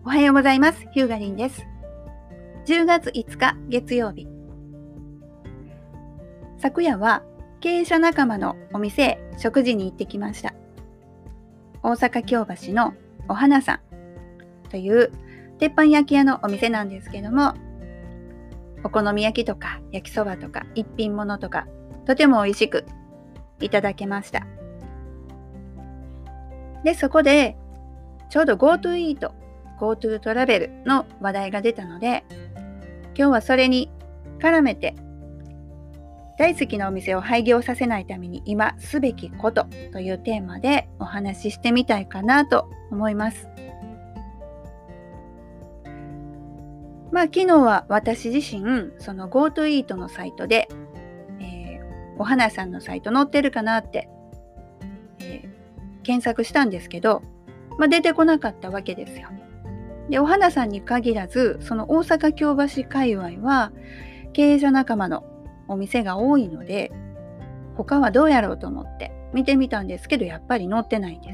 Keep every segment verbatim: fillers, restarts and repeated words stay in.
おはようございます。ヒューガリンです。じゅうがついつか月曜日。昨夜は経営者仲間のお店へ食事に行ってきました。大阪京橋のお花さんという鉄板焼き屋のお店なんですけども、お好み焼きとか焼きそばとか一品物とかとても美味しくいただけました。で、そこでちょうど GoTo イートGoTo トラベルの話題が出たので、今日はそれに絡めて大好きなお店を廃業させないために今すべきことというテーマでお話ししてみたいかなと思います。まあ昨日は私自身その GoTo イートのサイトで、えー、お花さんのサイト載ってるかなって、えー、検索したんですけど、まあ、出てこなかったわけですよ。で、お花さんに限らず、その大阪京橋界隈は経営者仲間のお店が多いので、他はどうやろうと思って見てみたんですけど、やっぱり載ってないんです。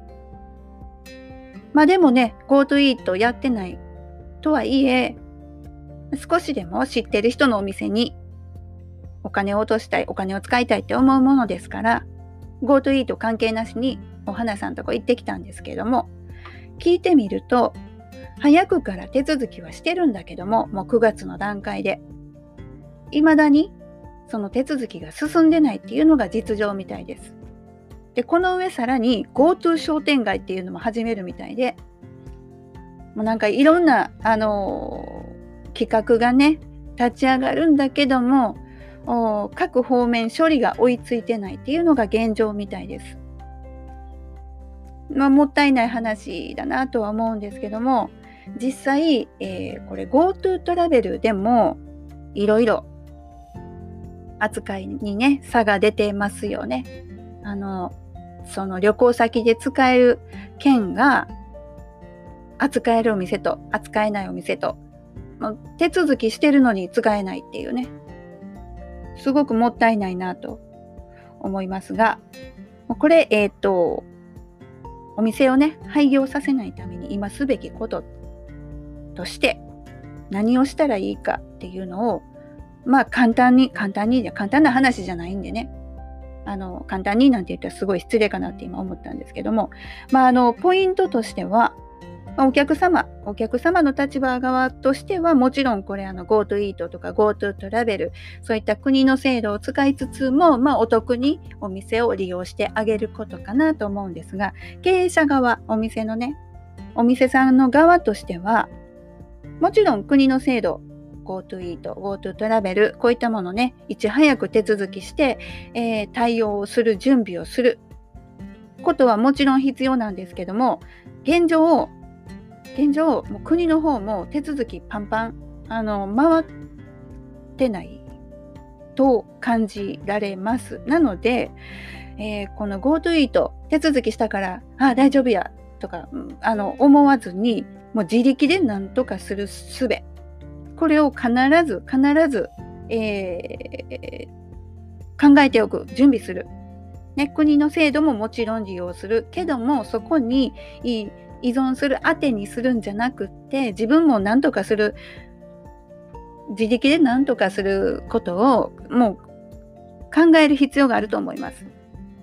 まあでもね、GoTo イートやってないとはいえ、少しでも知ってる人のお店にお金を落としたい、お金を使いたいって思うものですから、GoTo イート関係なしにお花さんとこ行ってきたんですけれども、聞いてみると、早くから手続きはしてるんだけども、もうくがつの段階で未だにその手続きが進んでないっていうのが実情みたいです。で、この上さらに GoTo 商店街っていうのも始めるみたいで、もうなんかいろんな、あのー、企画がね立ち上がるんだけども、各方面処理が追いついてないっていうのが現状みたいです。まあ、もったいない話だなとは思うんですけども、実際、えー、これ GoTo トラベルでもいろいろ扱いにね差が出てますよね。あのその旅行先で使える券が扱えるお店と扱えないお店と、手続きしてるのに使えないっていうね、すごくもったいないなと思いますが、これえっとお店をね廃業させないために今すべきこととして何をしたらいいかっていうのを、まあ簡単に簡単に簡単な話じゃないんでね、あの簡単になんて言ったらすごい失礼かなって今思ったんですけども、まああのポイントとしては、お客様お客様の立場側としてはもちろんこれあの GoTo イートとか GoTo トラベル、そういった国の制度を使いつつも、まあお得にお店を利用してあげることかなと思うんですが、経営者側、お店のねお店さんの側としてはもちろん国の制度 GoTo イート GoTo トラベル、こういったものねいち早く手続きして、えー、対応をする準備をすることはもちろん必要なんですけども、現状現状もう国の方も手続きパンパンあの回ってないと感じられます。なので、えー、この GoTo イート手続きしたからあ大丈夫やとかあの思わずに、もう自力で何とかする術、これを必ず必ず、えー、考えておく、準備する、ね、国の制度ももちろん利用するけども、そこに依存する、当てにするんじゃなくって、自分も何とかする、自力で何とかすることをもう考える必要があると思います。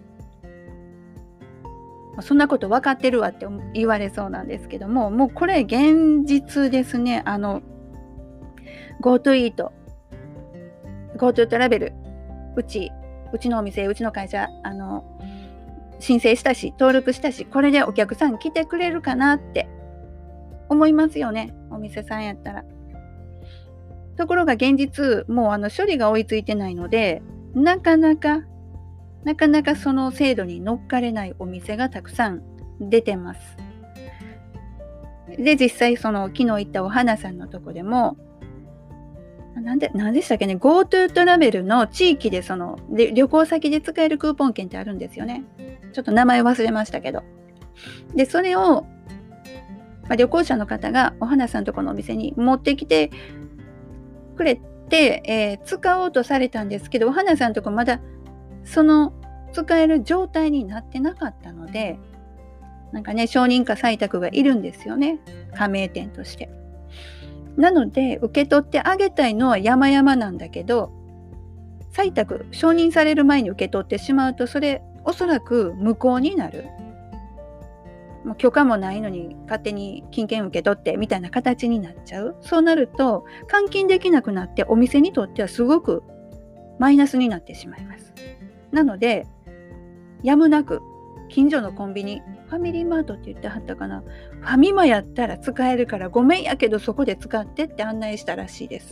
そんなこと分かってるわって言われそうなんですけども、もうこれ現実ですね。あの GoTo イート GoTo トラベル、うちうちのお店、うちの会社あの申請したし登録したし、これでお客さん来てくれるかなって思いますよね、お店さんやったら。ところが現実もうあの処理が追いついてないので、なかなかなかなかその制度に乗っかれないお店がたくさん出てます。で、実際その昨日行ったお花さんのとこでも、なんで、なんでしたっけね、GoTo トラベルの地域でそので旅行先で使えるクーポン券ってあるんですよね。ちょっと名前忘れましたけど。で、それを、まあ、旅行者の方がお花さんとこのお店に持ってきてくれて、えー、使おうとされたんですけど、お花さんとこまだその使える状態になってなかったので、 なんかね、承認か採択がいるんですよね。加盟店として。なので、受け取ってあげたいのは山々なんだけど、採択、承認される前に受け取ってしまうと、それおそらく無効になる。もう許可もないのに勝手に金券受け取ってみたいな形になっちゃう。そうなると換金できなくなってお店にとってはすごくマイナスになってしまいます。なのでやむなく近所のコンビニ、ファミリーマートって言ってはったかな、ファミマやったら使えるからごめんやけどそこで使ってって案内したらしいです。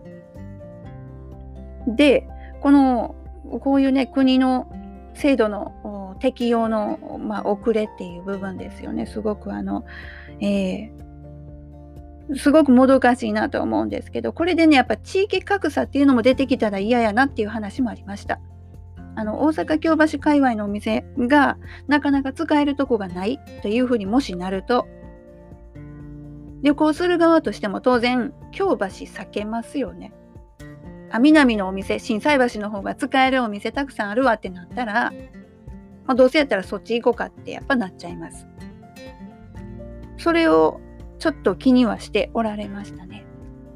で、このこういうね、国の制度の適用の、まあ、遅れっていう部分ですよね。すごくあの、えー、すごくもどかしいなと思うんですけど、これでね、やっぱ地域格差っていうのも出てきたら嫌やなっていう話もありました。あの大阪京橋界隈のお店がなかなか使えるとこがないというふうにもしなると、旅行する側としても当然京橋避けますよね。あ、南のお店、心斎橋の方が使えるお店たくさんあるわってなったら、まあ、どうせやったらそっち行こうかってやっぱなっちゃいます。それをちょっと気にはしておられましたね。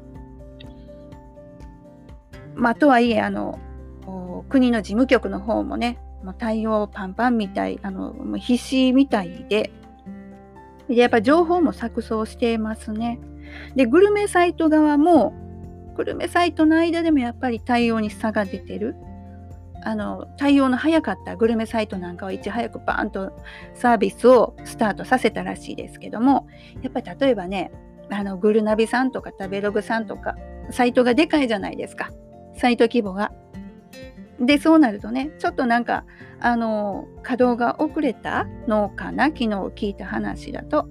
まあ、とはいえあの国の事務局の方もね、もう対応パンパンみたい、あのもう必死みたいで、でやっぱ情報も錯綜してますね。でグルメサイト側もグルメサイトの間でもやっぱり対応に差が出てる。あの対応の早かったグルメサイトなんかはいち早くバーンとサービスをスタートさせたらしいですけども、やっぱり例えばね、あのグルナビさんとか食べログさんとかサイトがでかいじゃないですか、サイト規模が。でそうなるとね、ちょっとなんかあの稼働が遅れたのかな、昨日聞いた話だと。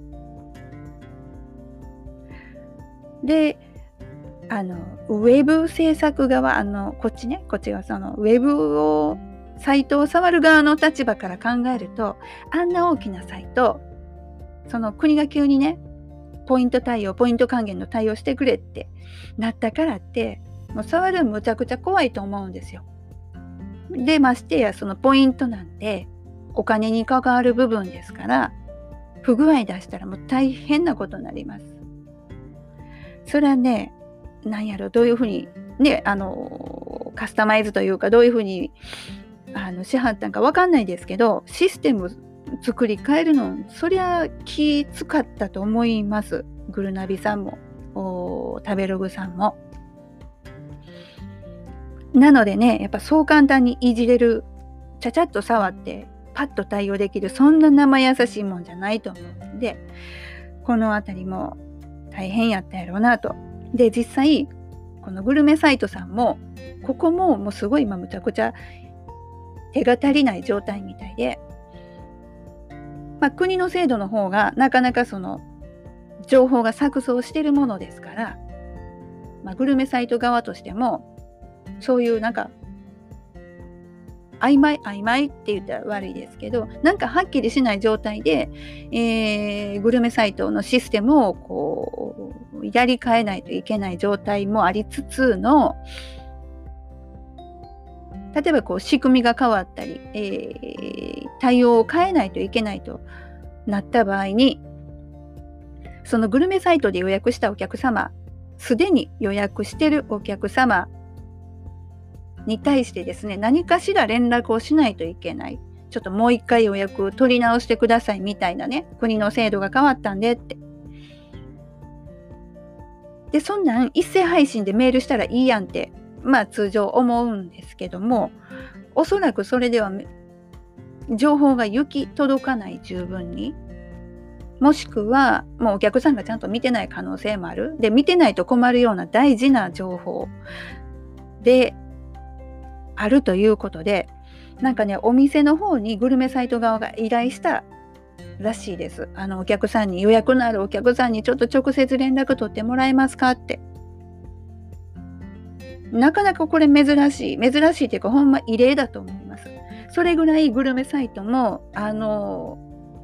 であのウェブ制作側、あのこっちね、こっちがそのウェブをサイトを触る側の立場から考えると、あんな大きなサイト、その国が急にねポイント対応、ポイント還元の対応してくれってなったからって、もう触るのむちゃくちゃ怖いと思うんですよ。でましてやそのポイントなんてお金に関わる部分ですから、不具合出したらもう大変なことになります。それはね、なんやろ、どういうふうにね、あのカスタマイズというか、どういうふうにあのしはったんか分かんないですけど、システム作り変えるのそりゃ気使ったと思います。グルナビさんも食べログさんも。なのでね、やっぱそう簡単にいじれる、ちゃちゃっと触ってパッと対応できる、そんな生優しいもんじゃないと思うので、このあたりも大変やったやろうなと。で実際このグルメサイトさんもここももうすごい今むちゃくちゃ手が足りない状態みたいで、まあ、国の制度の方がなかなかその情報が錯綜しているものですから、まあ、グルメサイト側としてもそういうなんか曖昧曖昧って言ったら悪いですけど、なんかはっきりしない状態で、えー、グルメサイトのシステムをこうやり替えないといけない状態もありつつの、例えばこう仕組みが変わったり、えー、対応を変えないといけないとなった場合に、そのグルメサイトで予約したお客様、すでに予約しているお客様に対してですね、何かしら連絡をしないといけない。ちょっともう一回予約を取り直してくださいみたいなね、国の制度が変わったんでって。で、そんなん一斉配信でメールしたらいいやんって、まあ通常思うんですけども、おそらくそれでは情報が行き届かない、十分に。もしくはもうお客さんがちゃんと見てない可能性もある。で、見てないと困るような大事な情報であるということで、なんかね、お店の方にグルメサイト側が依頼したらしいです。あのお客さんに、予約のあるお客さんにちょっと直接連絡取ってもらえますかって。なかなかこれ珍しい珍しいっていうか、ほんま異例だと思います。それぐらいグルメサイトもあの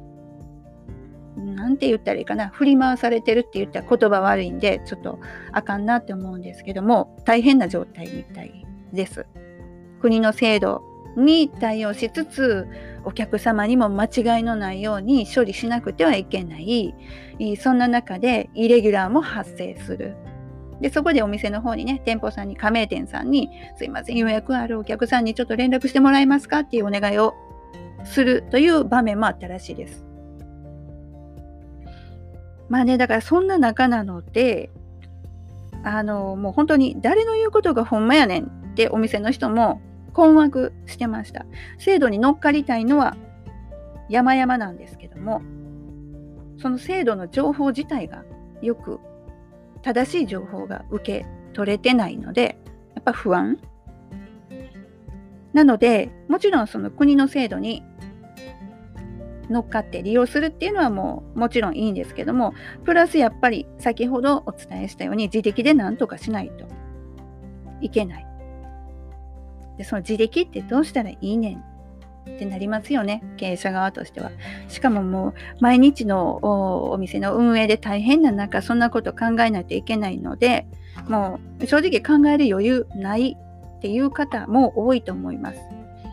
なんて言ったらいいかな、振り回されてるって言ったら言葉悪いんでちょっとあかんなって思うんですけども、大変な状態みたいです。国の制度に対応しつつ、お客様にも間違いのないように処理しなくてはいけない。そんな中でイレギュラーも発生する。で、そこでお店の方にね、店舗さんに、加盟店さんに、すいません、予約あるお客さんにちょっと連絡してもらえますかっていうお願いをするという場面もあったらしいです。まあね、だからそんな中なので、あの、もう本当に誰の言うことがほんまやねんってお店の人も困惑してました。制度に乗っかりたいのは山々なんですけども、その制度の情報自体がよく正しい情報が受け取れてないので、やっぱ不安なので、もちろんその国の制度に乗っかって利用するっていうのはもうもちろんいいんですけども、プラスやっぱり先ほどお伝えしたように自力で何とかしないといけない。で、その自力ってどうしたらいいねんってなりますよね、経営者側としては。しかももう毎日の お, お店の運営で大変な中、そんなこと考えないといけないので、もう正直考える余裕ないっていう方も多いと思います。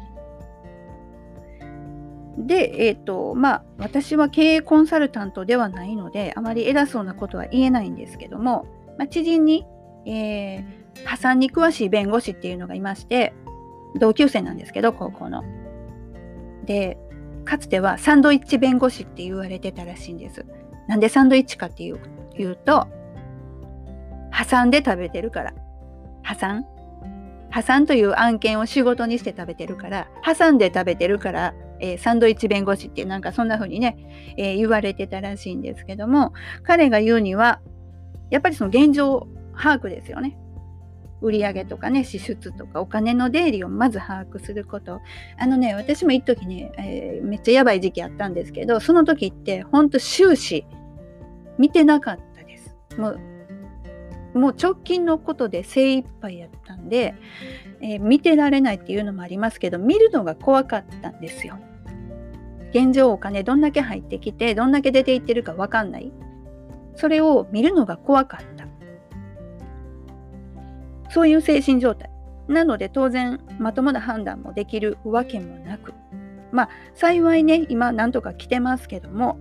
で、えっと、まあ、私は経営コンサルタントではないので、あまり偉そうなことは言えないんですけども、まあ、知人に、えー、破産に詳しい弁護士っていうのがいまして、同級生なんですけど、高校の。で、かつてはサンドイッチ弁護士って言われてたらしいんです。なんでサンドイッチかっていう、いうと、挟んで食べてるから。破産破産という案件を仕事にして食べてるから、挟んで食べてるから、えー、サンドイッチ弁護士ってなんかそんな風にね、えー、言われてたらしいんですけども、彼が言うには、やっぱりその現状把握ですよね。売上とかね、支出とかお金の出入りをまず把握すること。あのね、私も一時ね、えー、めっちゃやばい時期あったんですけど、その時って本当終始見てなかったです。もうもう直近のことで精一杯やったんで、えー、見てられないっていうのもありますけど、見るのが怖かったんですよ。現状お金どんだけ入ってきて、どんだけ出ていってるか分かんない。それを見るのが怖かった。そういう精神状態。なので当然まともな判断もできるわけもなく。まあ幸いね、今なんとか来てますけども。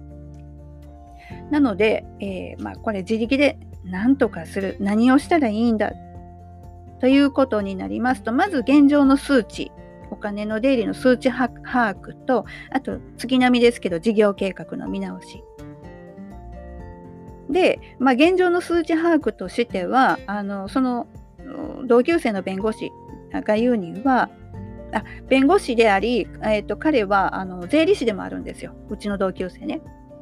なので、えー、まあこれ自力で何とかする、何をしたらいいんだということになりますと、まず現状の数値、お金の出入りの数値把握と、あと月並みですけど事業計画の見直しで、まあ、現状の数値把握としては、あのその同級生の弁護士が言うには、あ弁護士であり、えーと、彼はあの税理士でもあるんですよ。うちの同級生ね、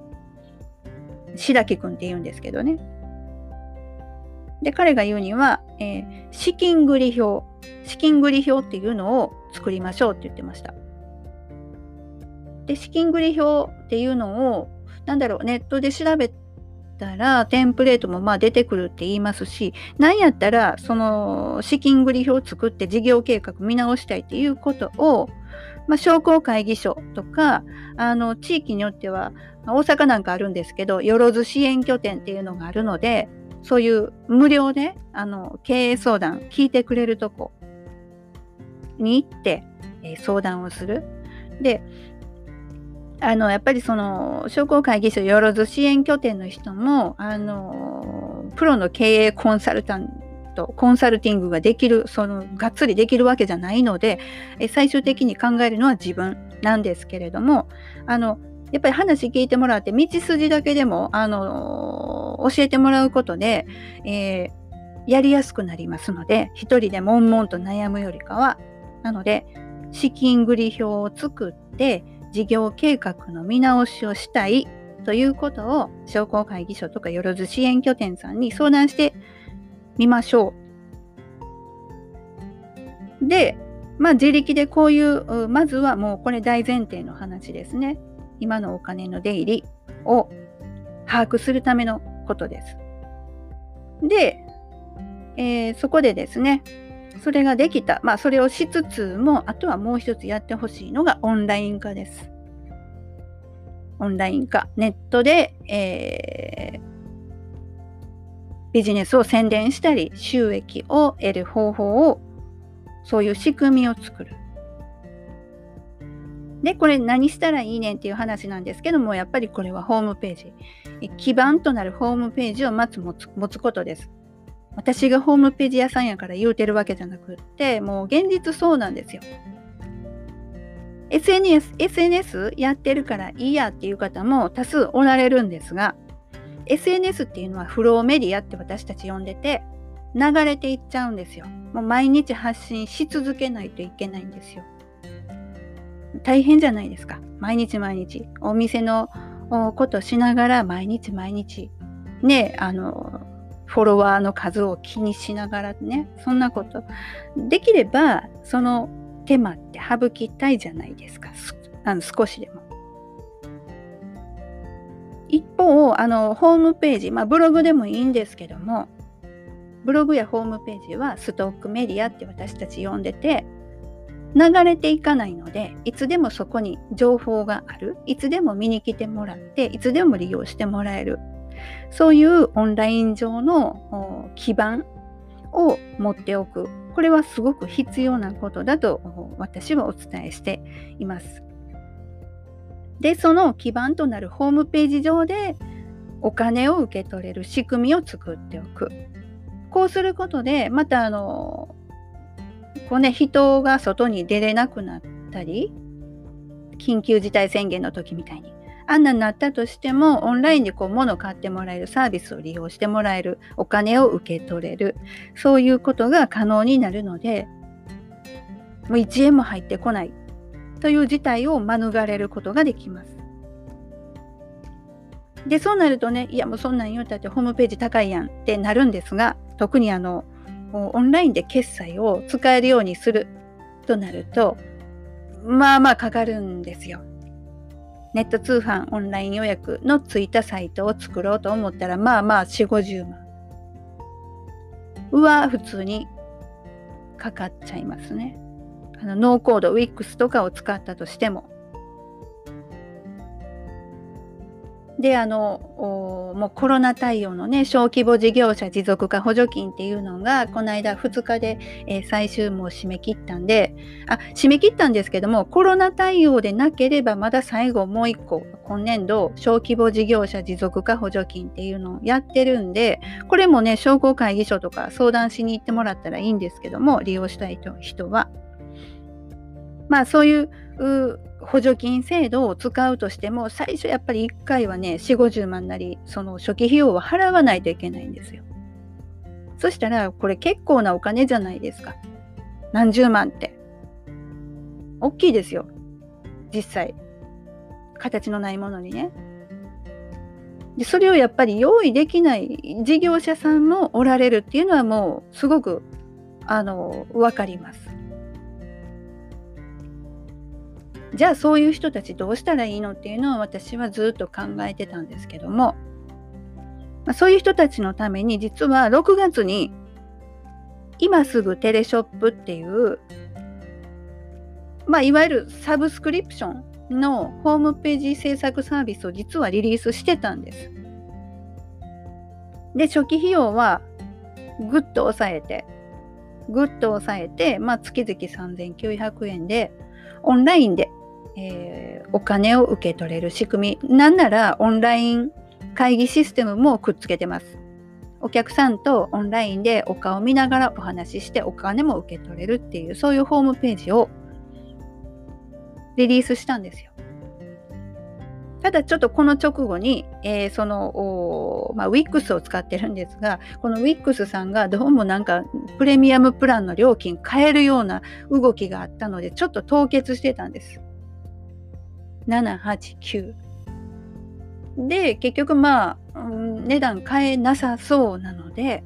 白木くんって言うんですけどね。で、彼が言うには、えー、資金繰り表、資金繰り表っていうのを作りましょうって言ってました。で、資金繰り表っていうのを、なんだろう、ネットで調べたら、テンプレートもまあ出てくるって言いますし、なんやったら、その資金繰り表を作って事業計画見直したいっていうことを、まあ、商工会議所とか、あの、地域によっては、大阪なんかあるんですけど、よろず支援拠点っていうのがあるので、そういう無料であの経営相談聞いてくれるとこに行って、えー、相談をする。で、あのやっぱりその商工会議所よろず支援拠点の人もあのプロの経営コンサルタントコンサルティングができる、そのがっつりできるわけじゃないので、え最終的に考えるのは自分なんですけれども、あのやっぱり話聞いてもらって道筋だけでもあの教えてもらうことで、えー、やりやすくなりますので、一人で悶々と悩むよりかは、なので資金繰り表を作って事業計画の見直しをしたいということを商工会議所とかよろず支援拠点さんに相談してみましょう。で、まあ自力でこういうまずはもうこれ大前提の話ですね。今のお金の出入りを把握するためのことです。で、えー、そこでですね、それができた、まあそれをしつつも、あとはもう一つやってほしいのがオンライン化です。オンライン化。ネットで、えー、ビジネスを宣伝したり、収益を得る方法を、そういう仕組みを作る。 で、これ何したらいいねんっていう話なんですけども、やっぱりこれはホームページ。基盤となるホームページをまず持つ、持つことです。私がホームページ屋さんやから言うてるわけじゃなくって、もう現実そうなんですよ。エスエヌエス、エスエヌエス やってるからいいやっていう方も多数おられるんですが、エスエヌエス っていうのはフローメディアって私たち呼んでて、流れていっちゃうんですよ。もう毎日発信し続けないといけないんですよ。大変じゃないですか。毎日毎日。お店のことしながら毎日毎日。ね、あの、フォロワーの数を気にしながらね、そんなこと。できれば、その手間って省きたいじゃないですか。あの少しでも。一方、あの、ホームページ、まあブログでもいいんですけども、ブログやホームページはストックメディアって私たち呼んでて、流れていかないので、いつでもそこに情報がある、いつでも見に来てもらって、いつでも利用してもらえる、そういうオンライン上の基盤を持っておく。これはすごく必要なことだと私はお伝えしています。で、その基盤となるホームページ上でお金を受け取れる仕組みを作っておく。こうすることで、またあの、こうね、人が外に出れなくなったり、緊急事態宣言の時みたいに、あんなになったとしても、オンラインでこう物を買ってもらえる、サービスを利用してもらえる、お金を受け取れる、そういうことが可能になるので、もういちえんも入ってこないという事態を免れることができます。で、そうなるとね、いやもうそんなん言うたってホームページ高いやんってなるんですが、特にあの、オンラインで決済を使えるようにするとなると、まあまあかかるんですよ。ネット通販オンライン予約のついたサイトを作ろうと思ったら、まあまあよんじゅう、ごじゅうまんは普通にかかっちゃいますね。あのノーコード、ウィックスとかを使ったとしても。で、あの、もうコロナ対応のね、小規模事業者持続化補助金っていうのが、この間ふつかで、えー、最終も締め切ったんで、あ、締め切ったんですけども、コロナ対応でなければ、まだ最後もう一個、今年度、小規模事業者持続化補助金っていうのをやってるんで、これもね、商工会議所とか相談しに行ってもらったらいいんですけども、利用したい人は。まあ、そういう、う補助金制度を使うとしても、最初やっぱりいっかいはね、よんじゅう、ごじゅうまんなり、その初期費用は払わないといけないんですよ。そしたら、これ結構なお金じゃないですか。何十万って。大きいですよ。実際。形のないものにね。で、それをやっぱり用意できない事業者さんもおられるっていうのはもう、すごく、あの、わかります。じゃあそういう人たちどうしたらいいのっていうのを私はずっと考えてたんですけども、まあ、そういう人たちのために実はろくがつに今すぐテレショップっていう、まあ、いわゆるサブスクリプションのホームページ制作サービスを実はリリースしてたんです。で、初期費用はぐっと抑えて、ぐっと抑えて、まあ、月々さんぜんきゅうひゃくえんでオンラインでえー、お金を受け取れる仕組み。なんならオンライン会議システムもくっつけてます。お客さんとオンラインでお顔見ながらお話ししてお金も受け取れるっていう、そういうホームページをリリースしたんですよ。ただちょっとこの直後に、えー、その、まあ、ウィックス を使ってるんですが、この ウィックス さんがどうもなんかプレミアムプランの料金変えるような動きがあったので、ちょっと凍結してたんです。なな、はち、きゅうで、結局まあ、うん、値段変えなさそうなので、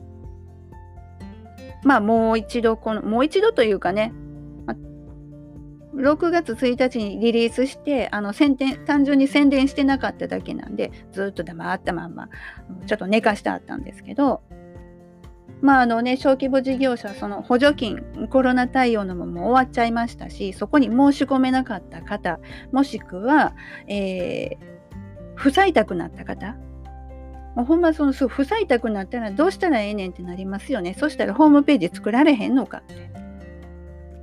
まあもう一度このもう一度というかね、まあ、ろくがつついたちにリリースしてあの宣伝単純に宣伝してなかっただけなんで、ずっと黙ったまんまちょっと寝かしてあったんですけど、まああのね、小規模事業者、その補助金、コロナ対応のももう終わっちゃいましたし、そこに申し込めなかった方、もしくは、えー、不採択になった方、もうほんまそのすぐ不採択になったらどうしたらええねんってなりますよね。そしたらホームページ作られへんのかって。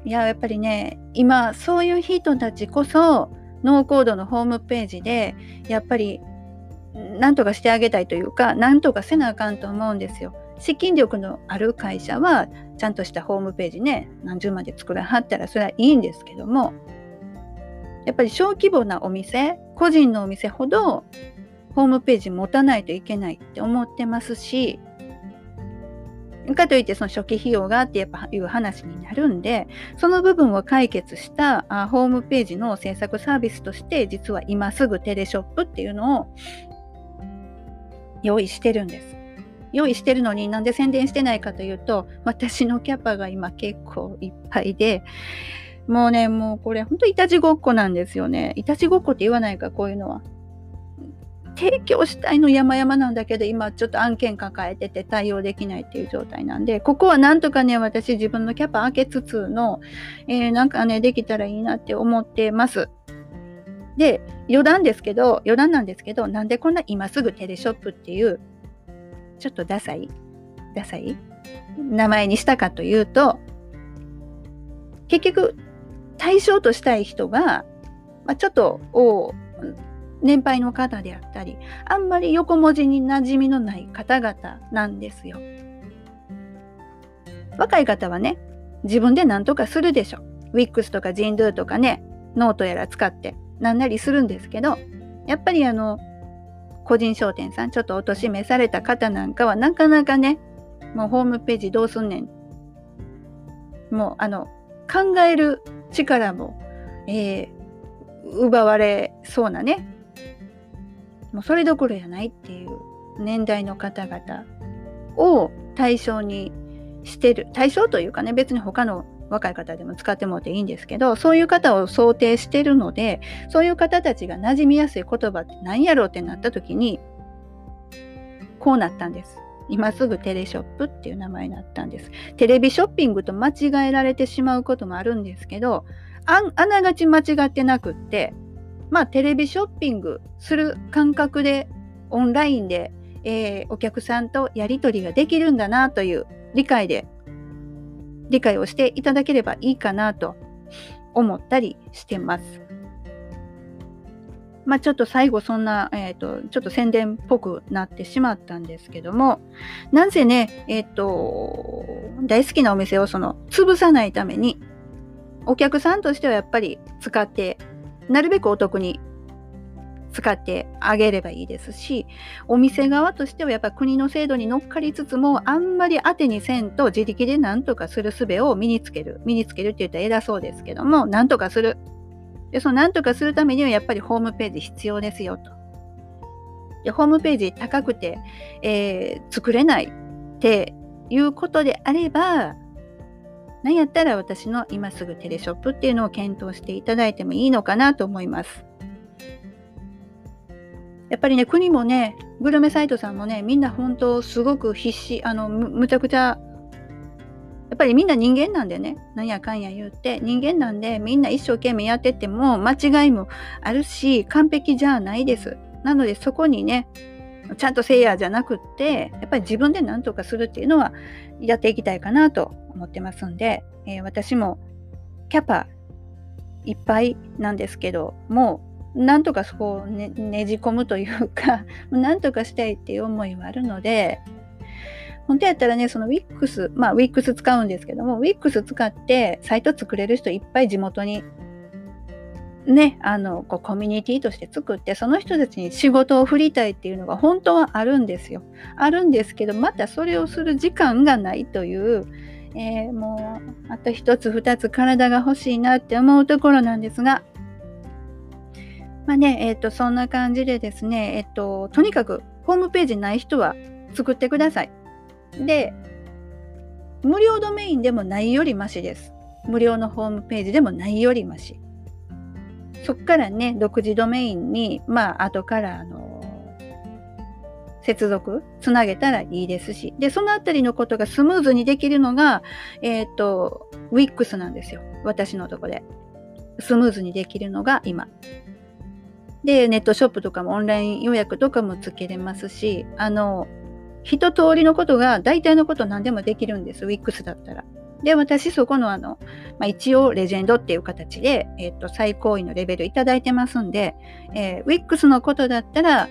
いや、やっぱりね、今そういう人たちこそノーコードのホームページでやっぱり何とかしてあげたいというか、何とかせなあかんと思うんですよ。資金力のある会社はちゃんとしたホームページね、何十万で作らはったらそれはいいんですけども、やっぱり小規模なお店、個人のお店ほどホームページ持たないといけないって思ってますし、かといってその初期費用がってやっぱいう話になるんで、その部分を解決したあホームページの制作サービスとして、実は今すぐテレショップっていうのを用意してるんです。用意してるのになんで宣伝してないかというと、私のキャパが今結構いっぱいで、もうね、もうこれ本当いたちごっこなんですよね。いたちごっこって言わないか、こういうのは。提供したいの山々なんだけど、今ちょっと案件抱えてて対応できないっていう状態なんで、ここはなんとかね、私自分のキャパ開けつつの、えー、なんかね、できたらいいなって思ってます。で、余談ですけど、余談なんですけど、なんでこんな今すぐテレショップっていう、ちょっとダサいダサい名前にしたかというと、結局、対象としたい人が、まあ、ちょっと、お年配の方であったり、あんまり横文字に馴染みのない方々なんですよ。若い方はね、自分で何とかするでしょ。ウィックスとかジンドゥとかね、ノートやら使ってなんなりするんですけど、やっぱりあの、個人商店さん、ちょっとお年召された方なんかはなかなかね、もうホームページどうすんねん。もうあの、考える力も、えー、奪われそうなね、もうそれどころじゃないっていう年代の方々を対象にしてる、対象というかね、別に他の若い方でも使ってもらっていいんですけど、そういう方を想定してるので、そういう方たちが馴染みやすい言葉って何やろうってなった時に、こうなったんです。今すぐテレショップっていう名前になったんです。テレビショッピングと間違えられてしまうこともあるんですけど、あ, あながち間違ってなくって、まあテレビショッピングする感覚でオンラインで、えー、お客さんとやり取りができるんだなという理解で理解をしていただければいいかなと思ったりしてます。まあちょっと最後そんな、えーと、ちょっと宣伝っぽくなってしまったんですけども、なんせね、えっと、大好きなお店をその潰さないために、お客さんとしてはやっぱり使って、なるべくお得に使ってあげればいいですし、お店側としてはやっぱり国の制度に乗っかりつつも、あんまり当てにせんと自力で何とかする術を身につける。身につけるって言ったら偉そうですけども、何とかする。で、その何とかするためにはやっぱりホームページ必要ですよと。で、ホームページ高くて、えー、作れないっていうことであれば、何やったら私の今すぐテレショップっていうのを検討していただいてもいいのかなと思います。やっぱりね、国もね、グルメサイトさんもね、みんな本当すごく必死、あの む, むちゃくちゃ、やっぱりみんな人間なんでね、なんやかんや言って人間なんで、みんな一生懸命やってっても間違いもあるし、完璧じゃないです。なのでそこにね、ちゃんとせいやじゃなくって、やっぱり自分で何とかするっていうのはやっていきたいかなと思ってますんで、えー、私もキャパいっぱいなんですけど、もうなんとかそこを ね, ねじ込むというか、なんとかしたいっていう思いはあるので、本当やったらね、その ウィックス、まあ ウィックス 使うんですけども、ウィックス 使ってサイト作れる人いっぱい地元にね、あのこうコミュニティとして作って、その人たちに仕事を振りたいっていうのが本当はあるんですよ。あるんですけど、またそれをする時間がないという、えー、もうあと一つ二つ体が欲しいなって思うところなんですが、まあね、えっとそんな感じでですね、えっととにかくホームページない人は作ってください。で、無料ドメインでもないよりマシです。無料のホームページでもないよりマシ。そっからね、独自ドメインに、まあ、後から、あの、接続、つなげたらいいですし。で、そのあたりのことがスムーズにできるのが、えっと、ウィックス なんですよ。私のとこで。スムーズにできるのが今。で、ネットショップとかもオンライン予約とかもつけれますし、あの、一通りのことが、大体のこと何でもできるんです。ウィックス だったら。 で、私そこのあの、まあ、一応レジェンドっていう形で、えっと、最高位のレベルいただいてますんで、えー、ウィックス のことだったら、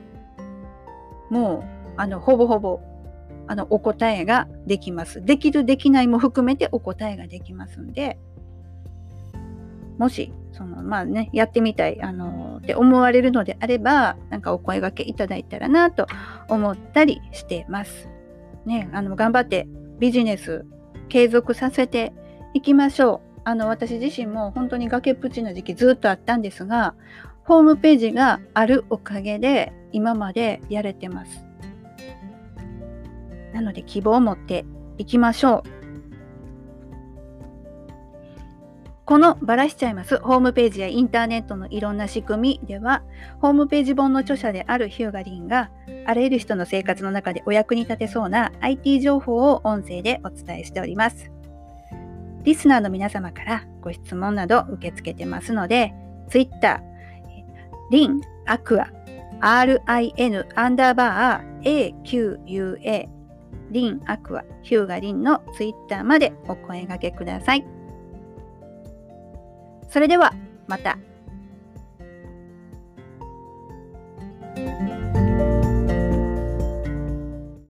もう、あの、ほぼほぼ、あの、お答えができます。できる、できないも含めてお答えができますんで、もし、その、まあね、やってみたい、あの、って思われるのであれば、なんかお声掛けいただいたらなと思ったりしてます。ね、あの、頑張ってビジネス継続させていきましょう。あの、私自身も本当に崖っぷちの時期ずっとあったんですが、ホームページがあるおかげで今までやれてます。なので希望を持っていきましょう。このバラしちゃいますホームページやインターネットのいろんな仕組みでは、ホームページ本の著者であるヒューガリンがあらゆる人の生活の中でお役に立てそうな アイティー 情報を音声でお伝えしております。リスナーの皆様からご質問など受け付けてますので、Twitter、リン、アクア、アールアイエヌ アンダーバー エーキューユーエー、リン、アクア、ヒューガリンの Twitter までお声掛けください。それでは